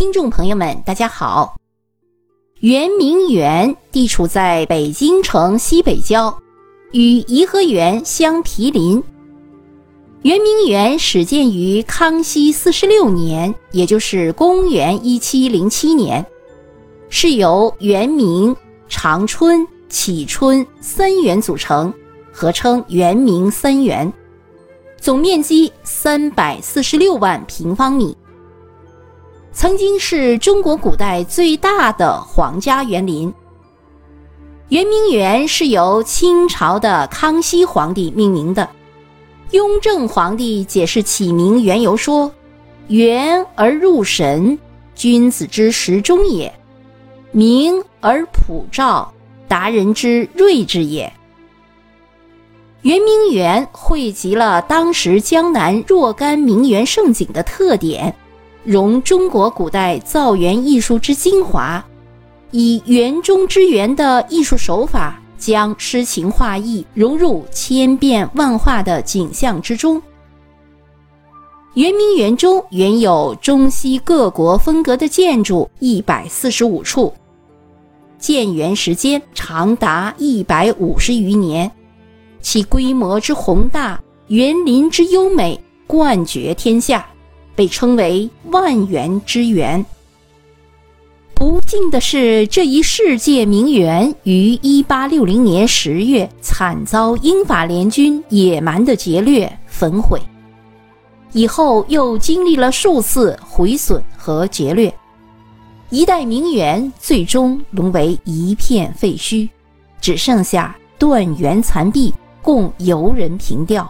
听众朋友们，大家好。圆明园地处在北京城西北郊，与颐和园相毗邻。圆明园始建于康熙46年，也就是公元1707年，是由圆明、长春、启春三园组成，合称圆明三园，总面积346万平方米。曾经是中国古代最大的皇家园林。圆明园是由清朝的康熙皇帝命名的。雍正皇帝解释起名缘由说：圆而入神，君子之时中也；明而普照，达人之睿智也。圆明园汇集了当时江南若干名园胜景的特点，融中国古代造园艺术之精华，以园中之园的艺术手法，将诗情画意融入千变万化的景象之中。圆明园中原有中西各国风格的建筑145处，建园时间长达150余年，其规模之宏大，园林之优美，冠绝天下，被称为万园之园。不幸的是，这一世界名园于1860年10月惨遭英法联军野蛮的劫掠焚毁，以后又经历了数次毁损和劫掠，一代名园最终沦为一片废墟，只剩下断垣残壁供游人凭吊。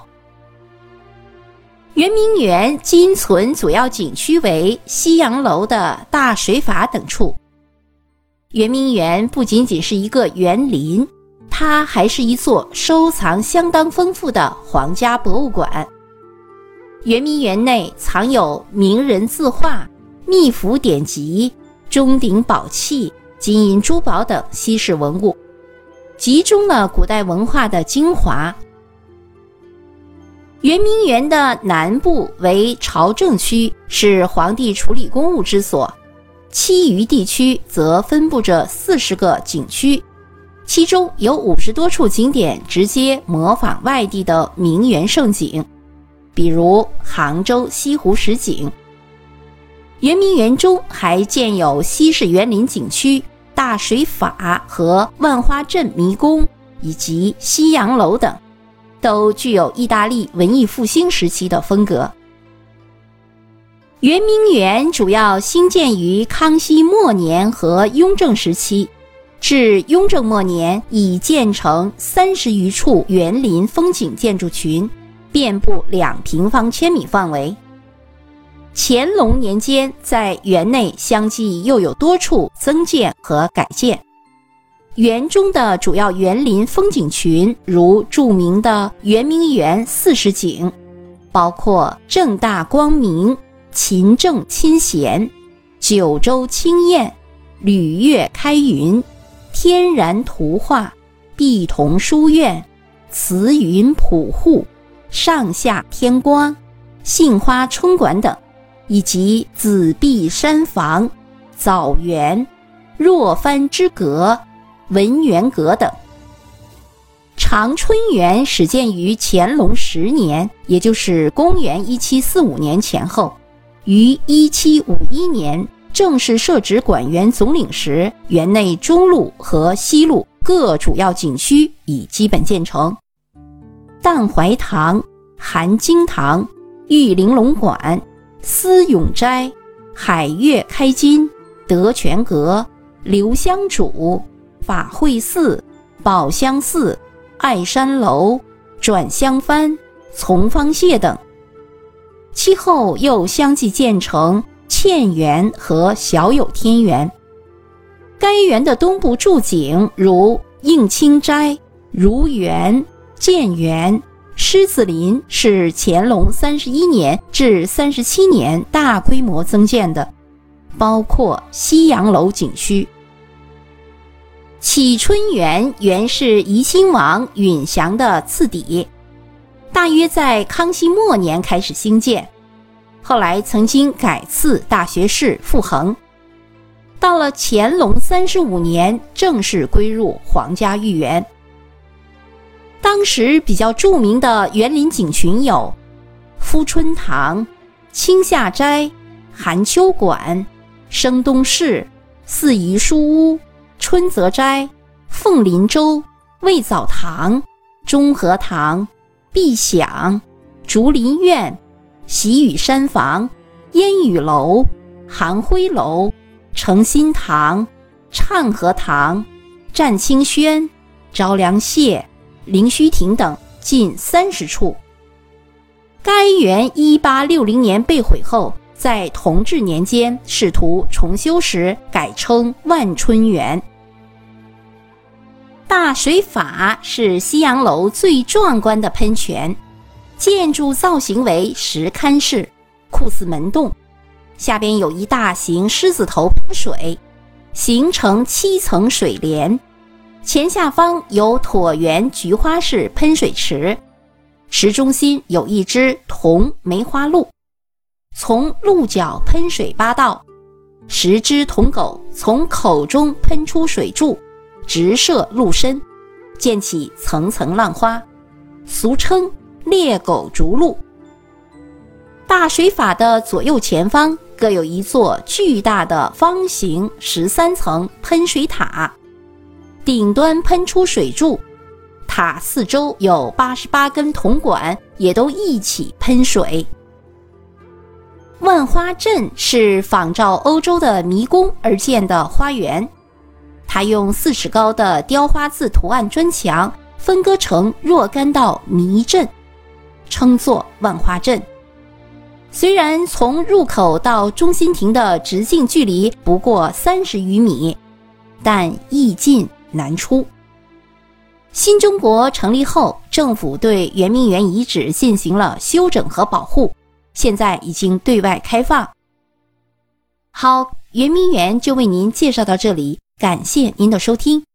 圆明园今存主要景区为西洋楼的大水法等处。圆明园不仅仅是一个园林，它还是一座收藏相当丰富的皇家博物馆。圆明园内藏有名人字画、秘符典籍、钟鼎宝器、金银珠宝等稀世文物，集中了古代文化的精华。圆明园的南部为朝政区，是皇帝处理公务之所，其余地区则分布着40个景区，其中有50多处景点直接模仿外地的名园胜景，比如杭州西湖十景。圆明园中还建有西式园林景区、大水法和万花镇迷宫，以及西洋楼等，都具有意大利文艺复兴时期的风格。圆明园主要兴建于康熙末年和雍正时期，至雍正末年已建成30余处园林风景建筑群，遍布2平方千米范围。乾隆年间，在园内相继又有多处增建和改建。园中的主要园林风景群如著名的圆明园40景，包括正大光明、勤政亲贤、九州清晏、吕月开云、天然图画、碧桐书院、慈云普护、上下天光、杏花春馆等，以及紫壁山房、枣园、若帆之阁、文渊阁等。长春园始建于乾隆10年，也就是公元1745年前后，于1751年正式设置馆园总领时，园内中路和西路各主要景区已基本建成。淡怀堂、含经堂、玉玲珑馆、思永斋、海月开金、德全阁、留香渚、法会寺、宝香寺、爱山楼、转香幡、从方榭等，其后又相继建成茜园和小有天园。该园的东部筑景如应清斋、如园、建园、狮子林是乾隆31年至37年大规模增建的，包括西洋楼景区。启春园原是怡亲王允祥的次邸，大约在康熙末年开始兴建。 后来曾经改赐大学士傅恒。到了乾隆35年，正式归入皇家御园。当时比较著名的园林景群有富春堂、清夏斋、寒秋馆、生东市、四宜书屋、春泽斋、凤林洲、魏藻堂、中和堂、碧享、竹林院、喜雨山房、烟雨楼、寒晖楼、诚心堂、畅和堂、占清轩、着凉榭、灵虚亭等近30处。该园1860年被毁后，在同治年间试图重修时改称万春园。大水法是西洋楼最壮观的喷泉，建筑造型为石龛式，酷似门洞，下边有一大型狮子头喷水，形成7层水帘，前下方有椭圆菊花式喷水池，池中心有一只铜梅花鹿，从鹿角喷水8道，10只铜狗从口中喷出水柱，直射鹿身，溅起层层浪花，俗称猎狗逐鹿。大水法的左右前方各有一座巨大的方形13层喷水塔，顶端喷出水柱，塔四周有88根铜管，也都一起喷水。万花阵是仿照欧洲的迷宫而建的花园，它用4尺高的雕花字图案砖墙分割成若干道迷阵，称作万花阵。虽然从入口到中心亭的直径距离不过30余米，但易进难出。新中国成立后，政府对圆明园遗址进行了修整和保护，现在已经对外开放。好，圆明园就为您介绍到这里，感谢您的收听。